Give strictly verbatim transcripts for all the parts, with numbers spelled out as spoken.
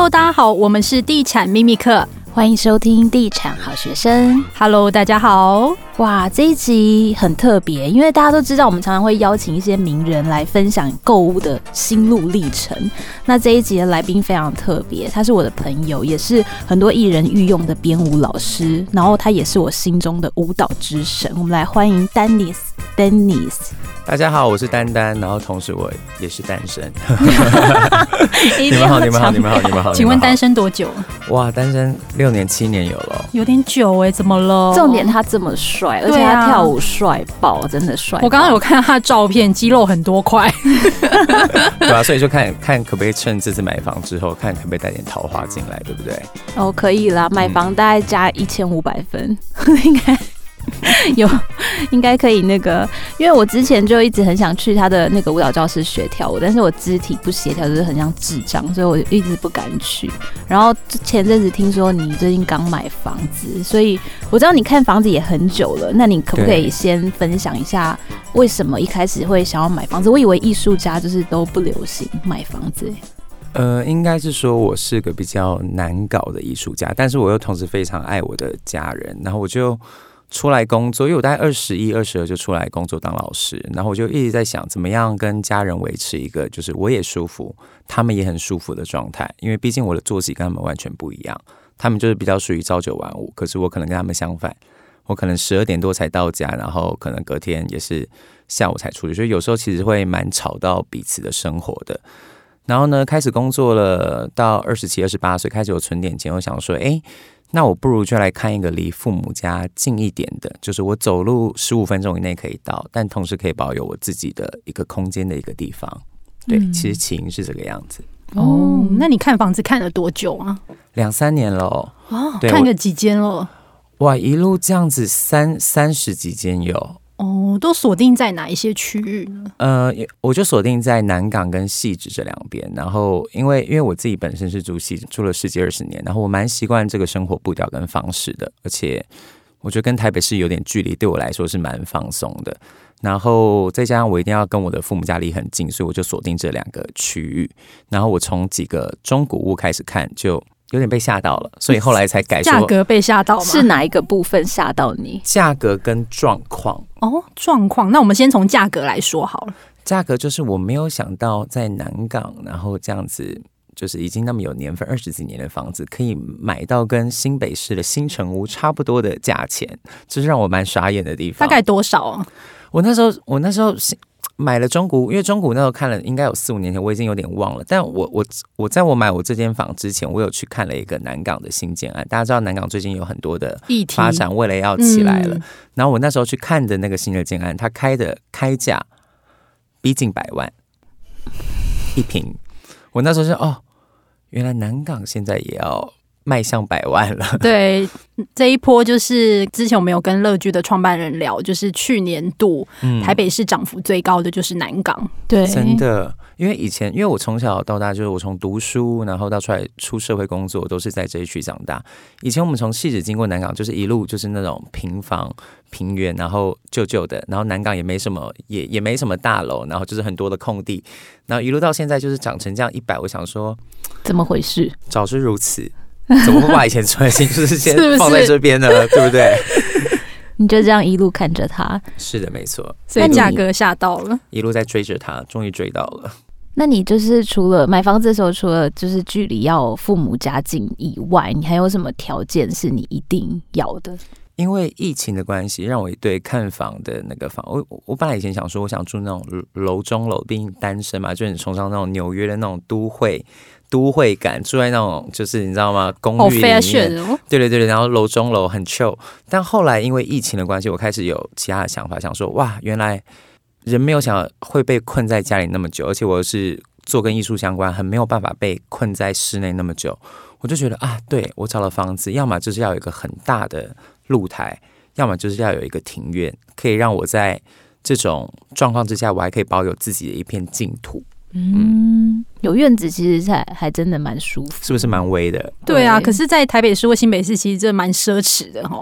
Hello， 大家好，我们是地产秘密课， 欢迎收听地产好学生。 Hello， 大家好。 哇，这一集很特别，因为大家都知道我们常常会邀请一些名人来分享购物的心路历程。那这一集的来宾非常特别，他是我的朋友，也是很多艺人御用的编舞老师，然后他也是我心中的舞蹈之神。我们来欢迎 Dennis Dennis。 大家好，我是丹丹，然后同时我也是单身。你们好，你们好，你们好，你们好。 请问单身多久？ 哇，单身六年七年有了， 有点久哎、欸，怎么了？ 重点他这么帅，而且他跳舞帅爆，真的帅爆。 我刚刚有看他的照片，肌肉很多块。 对啊，所以就看看可不可以趁这次买房之后，看可不可以带点桃花进来，对不对？ 哦，可以啦，买房大概加一千五百分，应该。有，应该可以那个，因为我之前就一直很想去他的那个舞蹈教室学跳舞，但是我肢体不协调，就是很像智障，所以我一直不敢去。然后前阵子听说你最近刚买房子，所以我知道你看房子也很久了，那你可不可以先分享一下为什么一开始会想要买房子？我以为艺术家就是都不流行买房子、欸。 呃，应该是说我是个比较难搞的艺术家，但是我又同时非常爱我的家人，然后我就出来工作，因为我大概二十一、二十二就出来工作当老师，然后我就一直在想，怎么样跟家人维持一个就是我也舒服，他们也很舒服的状态。因为毕竟我的作息跟他们完全不一样，他们就是比较属于朝九晚五，可是我可能跟他们相反，我可能十二点多才到家，然后可能隔天也是下午才出去，所以有时候其实会蛮吵到彼此的生活的。然后呢，开始工作了，到二十七、二十八岁开始有存点钱，我想说，哎。那我不如就来看一个离父母家近一点的，就是我走路十五分钟以内可以到，但同时可以保有我自己的一个空间的一个地方。对，嗯、其实起因是这个样子。 哦，那你看房子看了多久啊？ 两三年了哦。 哦，看个几间了？ 哇，一路这样子三三十几间有。 哦，都锁定在哪一些区域呢？ 呃，我就锁定在南港跟汐止这两边。然后，因为因为我自己本身是住汐止，住了十几二十年，然后我蛮习惯这个生活步调跟方式的，而且我觉得跟台北市有点距离，对我来说是蛮放松的。然后再加上我一定要跟我的父母家离很近，所以我就锁定这两个区域。然后我从几个中古屋开始看，就有点被吓到了，所以后来才改说价格被吓到吗？ 是哪一个部分吓到你？ 价格跟状况。 哦，状况。那我们先从价格来说好了。 价格就是我没有想到在南港，然后这样子就是已经那么有年份，二十几年的房子可以买到跟新北市的新城屋差不多的价钱，这是让我蛮傻眼的地方。 大概多少啊？ 我那时候，我那时候买了中古，因为中古那时候看了应该有四五年前，我已经有点忘了。但我我我在我买我这间房之前，我有去看了一个南港的新建案。大家知道南港最近有很多的发展，为了要起来了。嗯、然后我那时候去看的那个新的建案，它开的开价逼近百万一坪。我那时候就哦，原来南港现在也要迈向百万了。 对，这一波就是之前我们有跟乐居的创办人聊，就是去年度台北市涨幅最高的就是南港。嗯、对， 真的，因为以前因为我从小到大就是我从读书，然后到出来出社会工作，都是在这一区长大。以前我们从汐止经过南港，就是一路就是那种平房平原，然后旧旧的，然后南港也没什么，也也没什么大楼，然后就是很多的空地，然后一路到现在就是长成这样一百。我想说， 怎么回事？ 早知如此。怎么会把以前创新就是先放在这边呢？是是对不对？ 你就这样一路看着他， 是的，没错。 所以价格吓到了， 一路在追着他，终于追到了。 那你就是除了买房子的时候，除了就是距离要父母家近以外，你还有什么条件是你一定要的？ 因为疫情的关系，让我对看房的那个房，我我本来以前想说，我想住那种楼中楼，毕竟单身嘛，就很崇尚那种纽约的那种都会。都会感，住在那种就是你知道吗？公寓里面， oh, 对对对，然后楼中楼很 chill。但后来因为疫情的关系，我开始有其他的想法，想说哇，原来人没有想会被困在家里那么久，而且我是做跟艺术相关，很没有办法被困在室内那么久。我就觉得啊，对我找了房子，要么就是要有一个很大的露台，要么就是要有一个庭院，可以让我在这种状况之下，我还可以保有自己的一片净土。 嗯，有院子其实还还真的蛮舒服， 是不是蛮威的？ 对啊，可是，在台北市或新北市，其实这蛮奢侈的哈。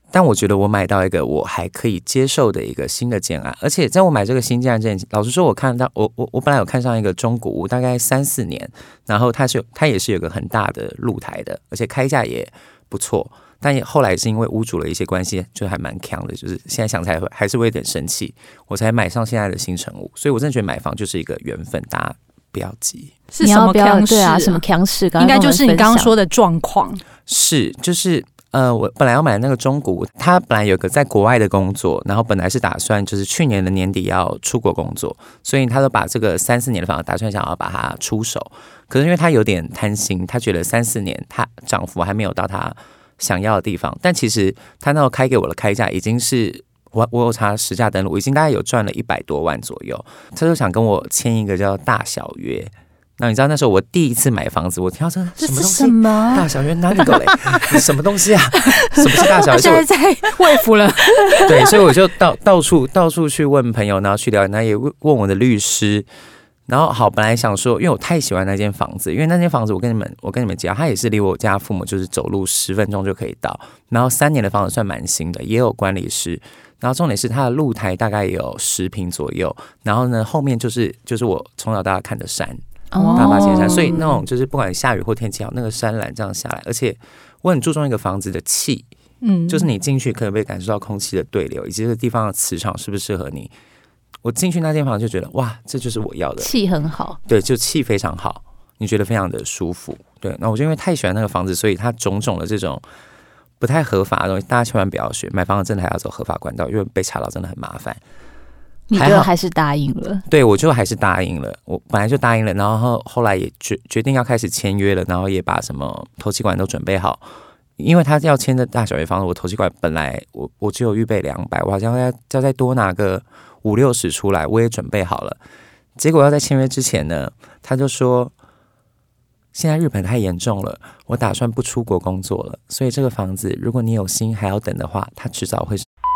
但我觉得我买到一个我还可以接受的一个新的建案，而且在我买这个新建案之前，老实说，我看到我我我本来有看上一个中古屋，大概三四年，然后它是有它也是有个很大的露台的，而且开价也不错，但也后来是因为屋主的一些关系，就还蛮强的，就是现在想起来还是会有点生气，我才买上现在的新成屋，所以我真的觉得买房就是一个缘分，大家不要急。 是什么强势、啊？ 对啊，什么强势？ 应该就是你刚刚说的状况。 是，就是。呃，我本来要买那个中古，他本来有个在国外的工作，然后本来是打算就是去年的年底要出国工作，所以他都把这个三四年的房子打算想要把它出手。可是因为他有点贪心，他觉得三四年他涨幅还没有到他想要的地方，但其实他那时候开给我的开价已经是我我有查实价登录，已经大概有赚了一百多万左右。他就想跟我签一个叫大小约。那你知道那时候我第一次买房子，我听到这什么东西？ 什么大小约哪里够嘞？什么东西啊？什么是大小约？ 现在在卫福了。 对，所以我就到到处到处去问朋友，然后去聊，然后也问我的律师。然后好，本来想说，因为我太喜欢那间房子，因为那间房子我跟你们我跟你们讲，它也是离我家父母就是走路十分钟就可以到。然后三年的房子算蛮新的，也有管理室。然后重点是它的露台大概有十坪左右，然后呢后面就是就是我从小到大看的山。大八仙山，所以那种就是不管下雨或天气好，那个山岚这样下来，而且我很注重一个房子的气，嗯，就是你进去可不可以感受到空气的对流，以及这个地方的磁场适不适合你。我进去那间房就觉得哇，这就是我要的， 气很好， 对，就气非常好，你觉得非常的舒服，对。那我就因为太喜欢那个房子，所以它种种的这种不太合法的东西，大家千万不要学。买房子真的还要走合法管道，因为被查到真的很麻烦。 你就还是答应了？ 对，我就还是答应了。我本来就答应了，然后后来也决决定要开始签约了，然后也把什么头期款都准备好。因为他要签的大小约房子，我头期款本来我我只有预备两百，我好像要要再多拿个五六十出来，我也准备好了。结果要在签约之前呢，他就说现在日本太严重了，我打算不出国工作了，所以这个房子如果你有心还要等的话，他迟早会。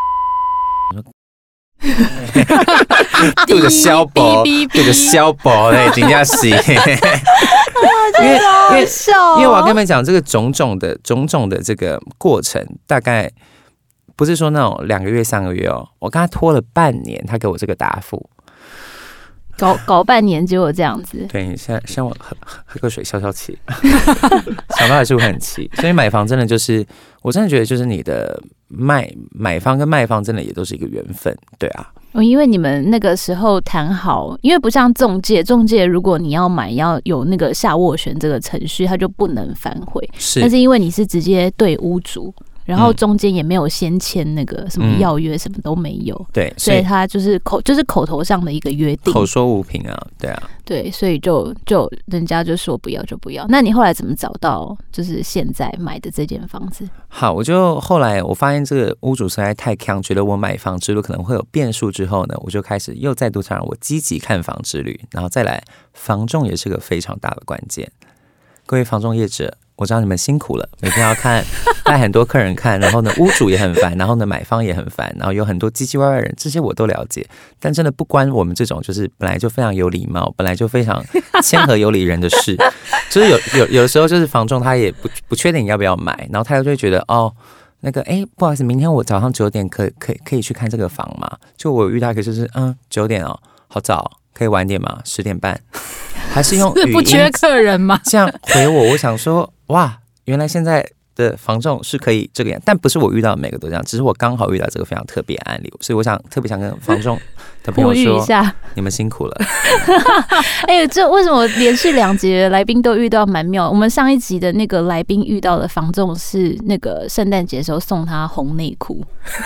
对着消薄，对着消薄嘞，真的是。因为因为因为我要跟你们讲，这个种种的种种的这个过程，大概不是说那种两个月、三个月哦，我跟他拖了半年，他给我这个答复。 搞搞半年结果这样子， 对，现在像我喝喝个水消消气，想到还是会很气。所以买房真的就是，我真的觉得就是你的卖买方跟卖方真的也都是一个缘分，对啊。 哦，因为你们那个时候谈好，因为不像中介，中介如果你要买要有那个下斡旋这个程序，它就不能反悔。 是， 但是因为你是直接对屋主。然后中间也没有先签那个什么要约，什么都没有，嗯、 对， 所以他就是口就是口头上的一个约定， 口说无凭啊，对啊， 对，所以就就人家就说不要就不要。那你后来怎么找到就是现在买的这间房子？ 好，我就后来我发现这个屋主实在太强，觉得我买房之路可能会有变数之后呢，我就开始又再度让我积极看房之旅，然后再来房仲也是个非常大的关键。各位房仲业者，我知道你们辛苦了，每天要看带很多客人看，然后呢屋主也很烦，然后呢买方也很烦，然后有很多唧唧歪歪人，这些我都了解，但真的不关我们这种就是本来就非常有礼貌，本来就非常谦和有礼人的事。就是有有有的时候就是房仲他也不不确定你要不要买，然后他就会觉得哦那个哎不好意思，明天我早上九点可可以可以去看这个房吗？就我遇到一个就是嗯九点哦好早，可以晚点吗？十点半。还是用语音不缺客人吗？ 这样回我，我想说，哇，原来现在的房仲是可以这个样，但不是我遇到的每个都这样，只是我刚好遇到这个非常特别的案例，所以我想特别想跟房仲的朋友说， 一下你们辛苦了。 哎、欸，这为什么连续两集的来宾都遇到蛮妙？我们上一集的那个来宾遇到的房仲是那个圣诞节的时候送他红内裤，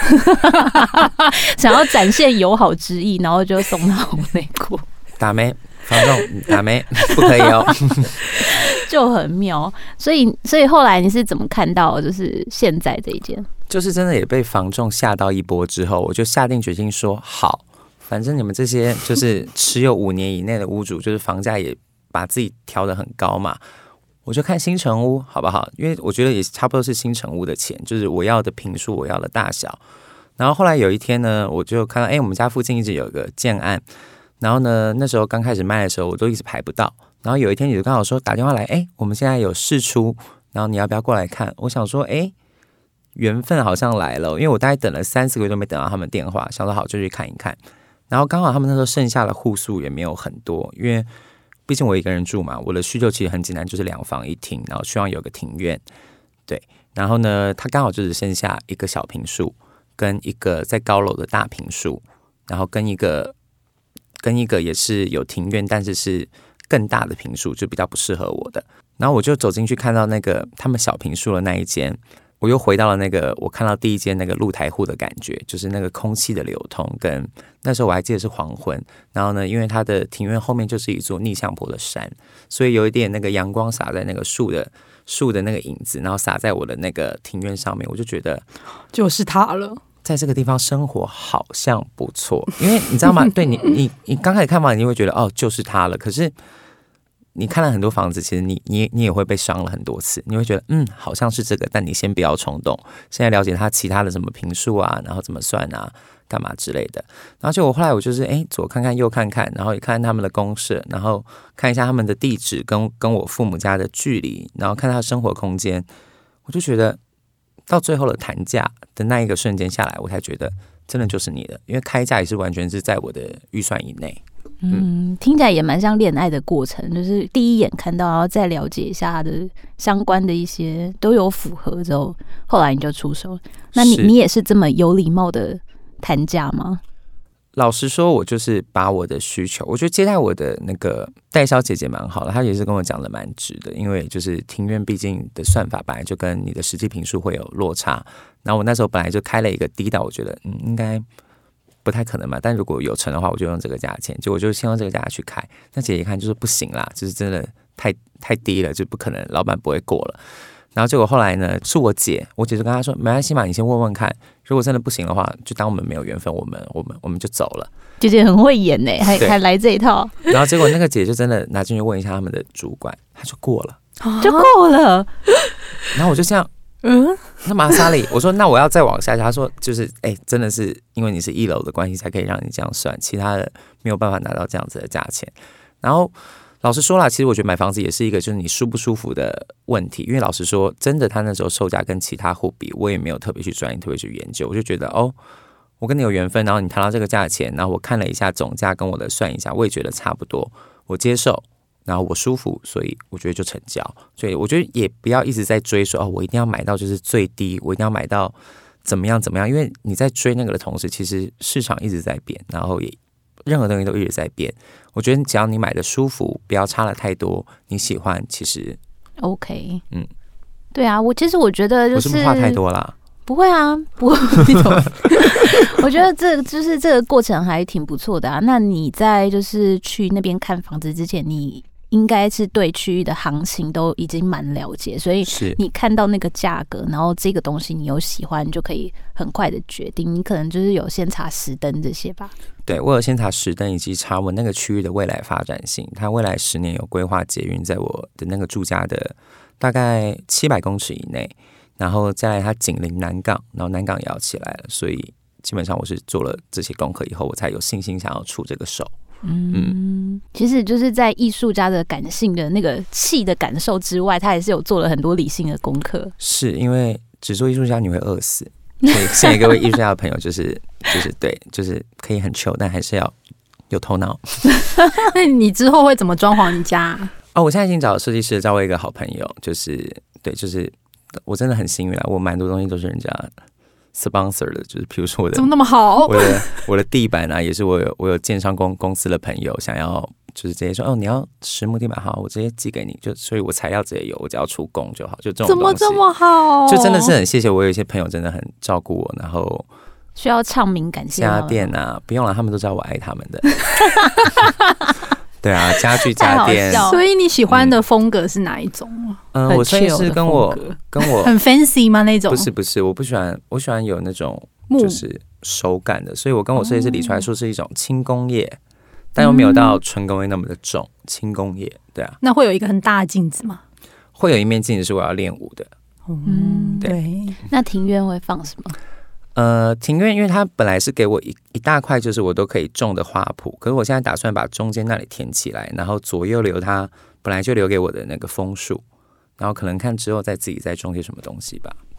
想要展现友好之意，然后就送他红内裤， 打没？房仲打没不可以哦， 就很妙。所以，所以后来你是怎么看到就是现在这一间？ 就是真的也被房仲吓到一波之后，我就下定决心说好，反正你们这些就是持有五年以内的屋主，就是房价也把自己调得很高嘛，我就看新成屋好不好？因为我觉得也差不多是新成屋的钱，就是我要的坪数，我要的大小。然后后来有一天呢，我就看到哎、欸，我们家附近一直有个建案。然后呢，那时候刚开始卖的时候，我都一直排不到。然后有一天，你就刚好说打电话来，哎，我们现在有释出，然后你要不要过来看？我想说，哎， 缘分好像来了，因为我大概等了三四个月都没等到他们电话，想说好就去看一看。然后刚好他们那时候剩下的户数也没有很多，因为毕竟我一个人住嘛，我的需求其实很简单，就是两房一厅，然后希望有个庭院，对。然后呢，他刚好就只剩下一个小坪数，跟一个在高楼的大坪数，然后跟一个跟一个也是有庭院，但是是更大的坪数，就比较不适合我的。然后我就走进去，看到那个他们小坪数的那一间，我又回到了那个我看到第一间那个露台户的感觉，就是那个空气的流通，跟那时候我还记得是黄昏。然后呢，因为它的庭院后面就是一座逆向坡的山，所以有一点那个阳光洒在那个树的树的那个影子，然后洒在我的那个庭院上面，我就觉得就是它了。 在这个地方生活好像不错，因为你知道吗？对你你你刚开始看房，你会觉得哦就是它了，可是你看了很多房子，其实你你你也会被伤了很多次，你会觉得嗯好像是这个，但你先不要冲动，现在了解它其他的什么坪数啊，然后怎么算啊，干嘛之类的。然后就我后来我就是哎左看看右看看，然后也看他们的公社，然后看一下他们的地址跟跟我父母家的距离，然后看他的生活空间，我就觉得到最后的谈价的那一个瞬间下来，我才觉得真的就是你的，因为开价也是完全是在我的预算以内。 嗯，听起来也蛮像恋爱的过程，就是第一眼看到，然后再了解一下它的相关的一些都有符合之后，后来你就出手。那你你也是这么有礼貌的谈价吗？ 老实说，我就是把我的需求，我觉得接待我的那个代销姐姐蛮好的，她也是跟我讲的蛮直的，因为就是庭院毕竟的算法本来就跟你的实际坪数会有落差，然后我那时候本来就开了一个低到我觉得嗯应该不太可能嘛，但如果有成的话，我就用这个价钱，结果就先用这个价去开。那姐姐一看就是不行啦，就是真的太太低了，就不可能，老板不会过了。然后结果后来呢，是我姐，我姐就跟她说，没关系嘛，你先问问看，如果真的不行的话，就当我们没有缘分，我们我们我们就走了。 姐姐很会演呢，还还来这一套。 然后结果那个姐就真的拿进去问一下他们的主管，她就过了， 就过了。 然后我就这样。嗯，那马莎里，我说那我要再往下，他说就是哎、欸，真的是因为你是一楼的关系才可以让你这样算，其他的没有办法拿到这样子的价钱。然后老实说啦，其实我觉得买房子也是一个就是你舒不舒服的问题，因为老实说，真的他那时候售价跟其他户比，我也没有特别去钻研，特别去研究，我就觉得哦，我跟你有缘分，然后你谈到这个价钱，然后我看了一下总价跟我的算一下，我也觉得差不多，我接受。然后我舒服，所以我觉得就成交。所以我觉得也不要一直在追说哦，我一定要买到就是最低，我一定要买到怎么样怎么样。因为你在追那个的同时，其实市场一直在变，然后也任何东西都一直在变。我觉得只要你买的舒服，不要差了太多，你喜欢，其实 OK。嗯，对啊，我其实我觉得就是我是不是话太多啦？ 不会啊，不会。我觉得这就是这个过程还挺不错的啊。那你在就是去那边看房子之前，你应该是对区域的行情都已经蛮了解，所以你看到那个价格，然后这个东西你有喜欢，你就可以很快的决定。你可能就是有先查实登这些吧？ 对，我有先查实登以及查我那个区域的未来发展性，它未来十年有规划捷运在我的那个住家的大概七百公尺以内。然后再来，它紧邻南港，然后南港也要起来了，所以基本上我是做了这些功课以后，我才有信心想要出这个手。 嗯，嗯其实就是在艺术家的感性的那个气的感受之外，他也是有做了很多理性的功课。 是因为只做艺术家你会饿死，所以献给各位艺术家的朋友，就是就是对，就是可以很糗，但还是要有头脑。 那你之后会怎么装潢你家？ 哦，我现在已经找了设计师，找我一个好朋友，就是对，就是。我真的很幸运啦，我蛮多东西都是人家 sponsor 的，就是比如说我的怎么那么好， 我的我的地板啊，也是我有我有建商公公司的朋友想要，就是直接说哦，你要实木地板好，我直接寄给你，就所以我材料直接有，我只要出工就好，就这种怎么这么好， 就真的是很谢谢我有一些朋友真的很照顾我，然后需要唱名感谢家电啊，不用了，他们都知道我爱他们的。对啊，家具家电。 所以你喜欢的风格是哪一种？ 嗯，我设计师跟我跟我很 fancy 吗？那种不是不是，我不喜欢，我喜欢有那种就是手感的，所以我跟我设计师理出来说是一种轻工业，但又没有到纯工业那么的重，轻工业。对啊， 那会有一个很大的镜子吗？ 会有一面镜子是我要练舞的。 嗯，对。那庭院会放什么？ 呃，庭院因为它本来是给我 一, 一大块，就是我都可以种的花圃，可是我现在打算把中间那里填起来，然后左右留它本来就留给我的那个枫树，然后可能看之后再自己再种些什么东西吧。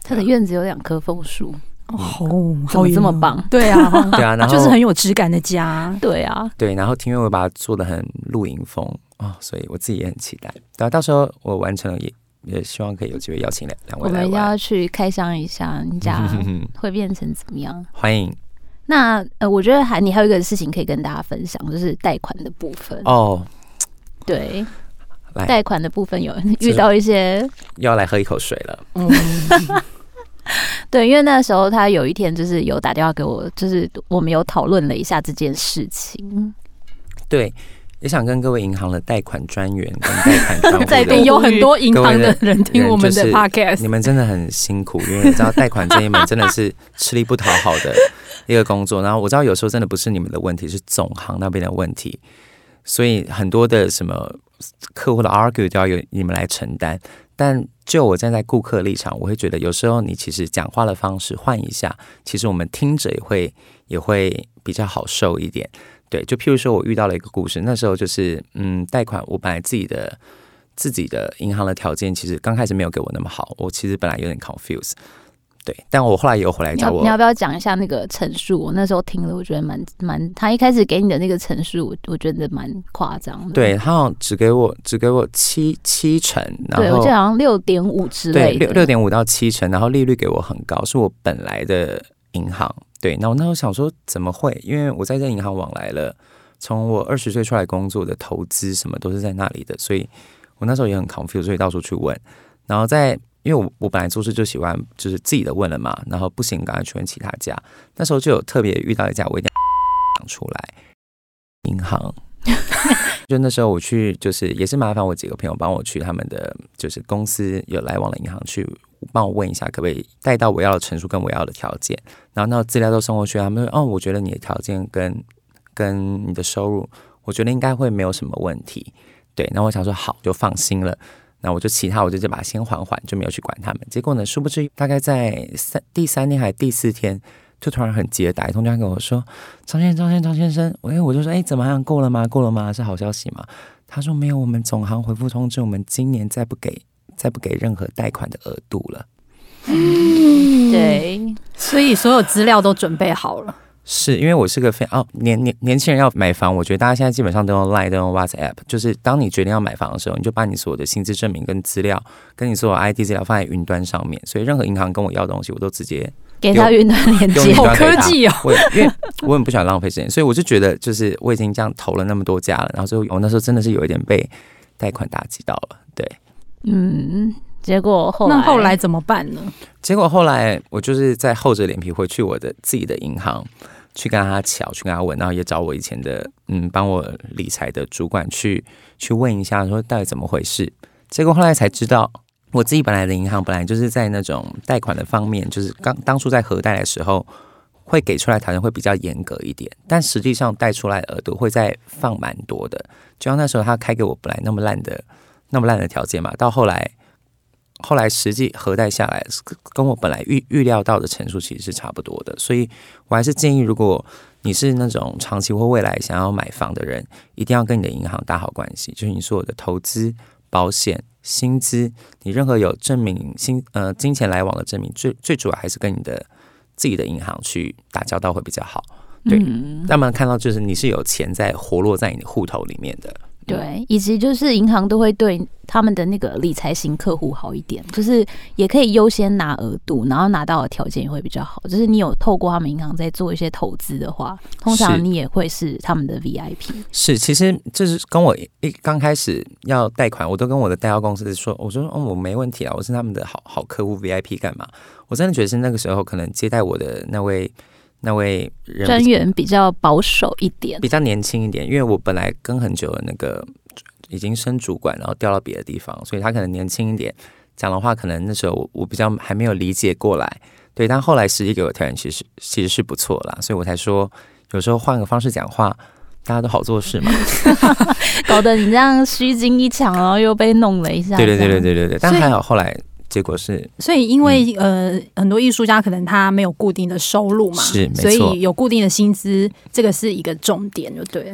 他的院子有两棵枫树。 哦， 怎么这么棒？ 对啊， 对啊，然后就是很有质感的家。 对啊， 对，然后庭院我把它做的很露营风哦，所以我自己也很期待。对啊，到时候我完成了也也希望可以有机会邀请两两位来玩。 我们一定要去开箱一下你家会变成怎么样？ 欢迎。 那呃，我觉得还你还有一个事情可以跟大家分享，就是贷款的部分哦。 对，贷款的部分有遇到一些要来喝一口水了。嗯。 对，因为那时候他有一天就是有打电话给我，就是我们有讨论了一下这件事情。 对，也想跟各位银行的贷款专员跟贷款专户在地有很多银行的人听我们的 podcast，、就是、 你们真的很辛苦，因为你知道贷款这一门真的是吃力不讨好的一个工作。然后我知道有时候真的不是你们的问题，是总行那边的问题，所以很多的什么客户的 argue 都要由你们来承担。但就我站在顾客立场，我会觉得有时候你其实讲话的方式换一下，其实我们听着也会也会比较好受一点。对，就譬如说我遇到了一个故事，那时候就是嗯，贷款我本来自己的自己的银行的条件其实刚开始没有给我那么好，我其实本来有点 confuse。对，但我后来有回来找我。 你要, 你要不要讲一下那个陈述？我那时候听了，我觉得蛮蛮，他一开始给你的那个陈述，我觉得蛮夸张的。 对，他好像只给我只给我七七成，然后对我记得好像六点五之类的， 对，六六点五到七成，然后利率给我很高，是我本来的银行。对，那我那时候想说怎么会？因为我在这银行往来了，从我二十岁出来工作的投资什么都是在那里的，所以我那时候也很 confused， 所以到处去问，然后在。因为我我本来做事就喜欢就是自己的问了嘛，然后不行赶快去问其他家。那时候就有特别遇到一家，我一定要讲出来，银行。就那时候我去，就是也是麻烦我几个朋友帮我去他们的就是公司有来往的银行去帮我问一下，可不可以带到我要的陈述跟我要的条件。然后那资料都送过去，他们说哦，我觉得你的条件跟跟你的收入，我觉得应该会没有什么问题。对，然后我想说好，就放心了。那我就其他我就把它先缓缓，就没有去管他们。结果呢，殊不知大概在三第三天还是第四天，就突然很急的打一通电话跟我说：“张先生，张先生，张先生。”我我就说：“哎，怎么样？够了吗？够了吗？是好消息吗？”他说：“没有，我们总行回复通知，我们今年再不给再不给任何贷款的额度了。” 嗯，对， 所以所有资料都准备好了。 是因为我是个非常、哦、年年年轻人要买房，我觉得大家现在基本上都用 Line 都用 WhatsApp， 就是当你决定要买房的时候，你就把你所有的薪资证明跟资料，跟你所有 I D 资料放在云端上面，所以任何银行跟我要的东西，我都直接给他云端连接， 好科技哦！ 我因为我很不想浪费时间，所以我就觉得就是我已经这样投了那么多家了，然后所以我那时候真的是有一点被贷款打击到了，对， 嗯。结果后来那后来怎么办呢？ 结果后来我就是在厚着脸皮回去我的自己的银行去跟他瞧，去跟他问，然后也找我以前的嗯帮我理财的主管去去问一下，说到底怎么回事。结果后来才知道，我自己本来的银行本来就是在那种贷款的方面，就是刚当初在核贷的时候会给出来条件会比较严格一点，但实际上贷出来的额度会再放蛮多的。就像那时候他开给我本来那么烂的那么烂的条件嘛，到后来。后来实际核贷下来，跟我本来 预, 预料到的陈述其实是差不多的，所以我还是建议，如果你是那种长期或未来想要买房的人，一定要跟你的银行打好关系，就是你所有的投资、保险、薪资，你任何有证明薪呃金钱来往的证明，最最主要还是跟你的自己的银行去打交道会比较好。对，嗯、让他们看到就是你是有钱在活络在你的户头里面的。 对，以及就是银行都会对他们的那个理财型客户好一点，就是也可以优先拿额度，然后拿到的条件也会比较好。就是你有透过他们银行在做一些投资的话，通常你也会是他们的 V I P。 是，其实就是跟我一刚开始要贷款，我都跟我的贷销公司说，我说哦，我没问题啊，我是他们的好好客户 V I P 干嘛？我真的觉得是那个时候可能接待我的那位。那位专员比较保守一点， 比较年轻一点，因为我本来跟很久的那个已经升主管，然后调到别的地方，所以他可能年轻一点，讲的话可能那时候 我, 我比较还没有理解过来，对，但后来实际给我条件其实其实是不错啦，所以我才说有时候换个方式讲话，大家都好做事嘛。 搞得你这样虚惊一场，然后又被弄了一下。 对对对对对对对，但还好后来。结果是， 所以因为、嗯、呃很多艺术家可能他没有固定的收入嘛， 是， 所以有固定的薪资，这个是一个重点，就对了。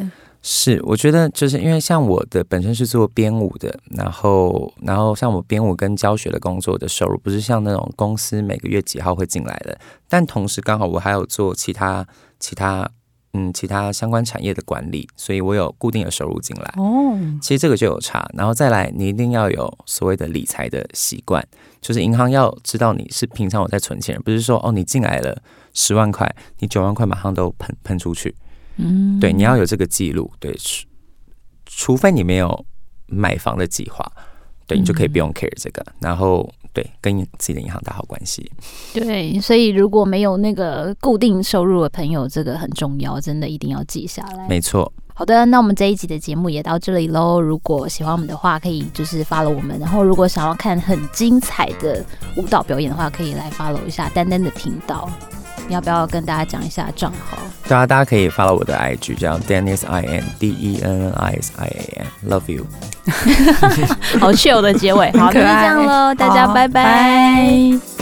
是，我觉得就是因为像我的本身是做编舞的，然后然后像我编舞跟教学的工作的收入，不是像那种公司每个月几号会进来的，但同时刚好我还有做其他其他嗯其他相关产业的管理，所以我有固定的收入进来。哦，其实这个就有差，然后再来，你一定要有所谓的理财的习惯，就是银行要知道你是平常有在存钱，不是说哦你进来了十万块，你九万块马上都喷喷出去。嗯，对，你要有这个记录，对，除除非你没有买房的计划，对，你就可以不用 care 这个，然后对，跟自己的银行打好关系。 对，所以如果没有那个固定收入的朋友，这个很重要，真的一定要记下来。 没错。 好的，那我们这一集的节目也到这里咯。如果喜欢我们的话，可以就是 follow 我们，然后如果想要看很精彩的舞蹈表演的话，可以来 follow 一下丹丹的频道。你要不要跟大家讲一下账号？ 对啊，大家可以 follow 我的 I G 叫 Dennis I N D E N N I S I A N Love you 好 chill 的结尾。好，那就这样咯，大家拜拜。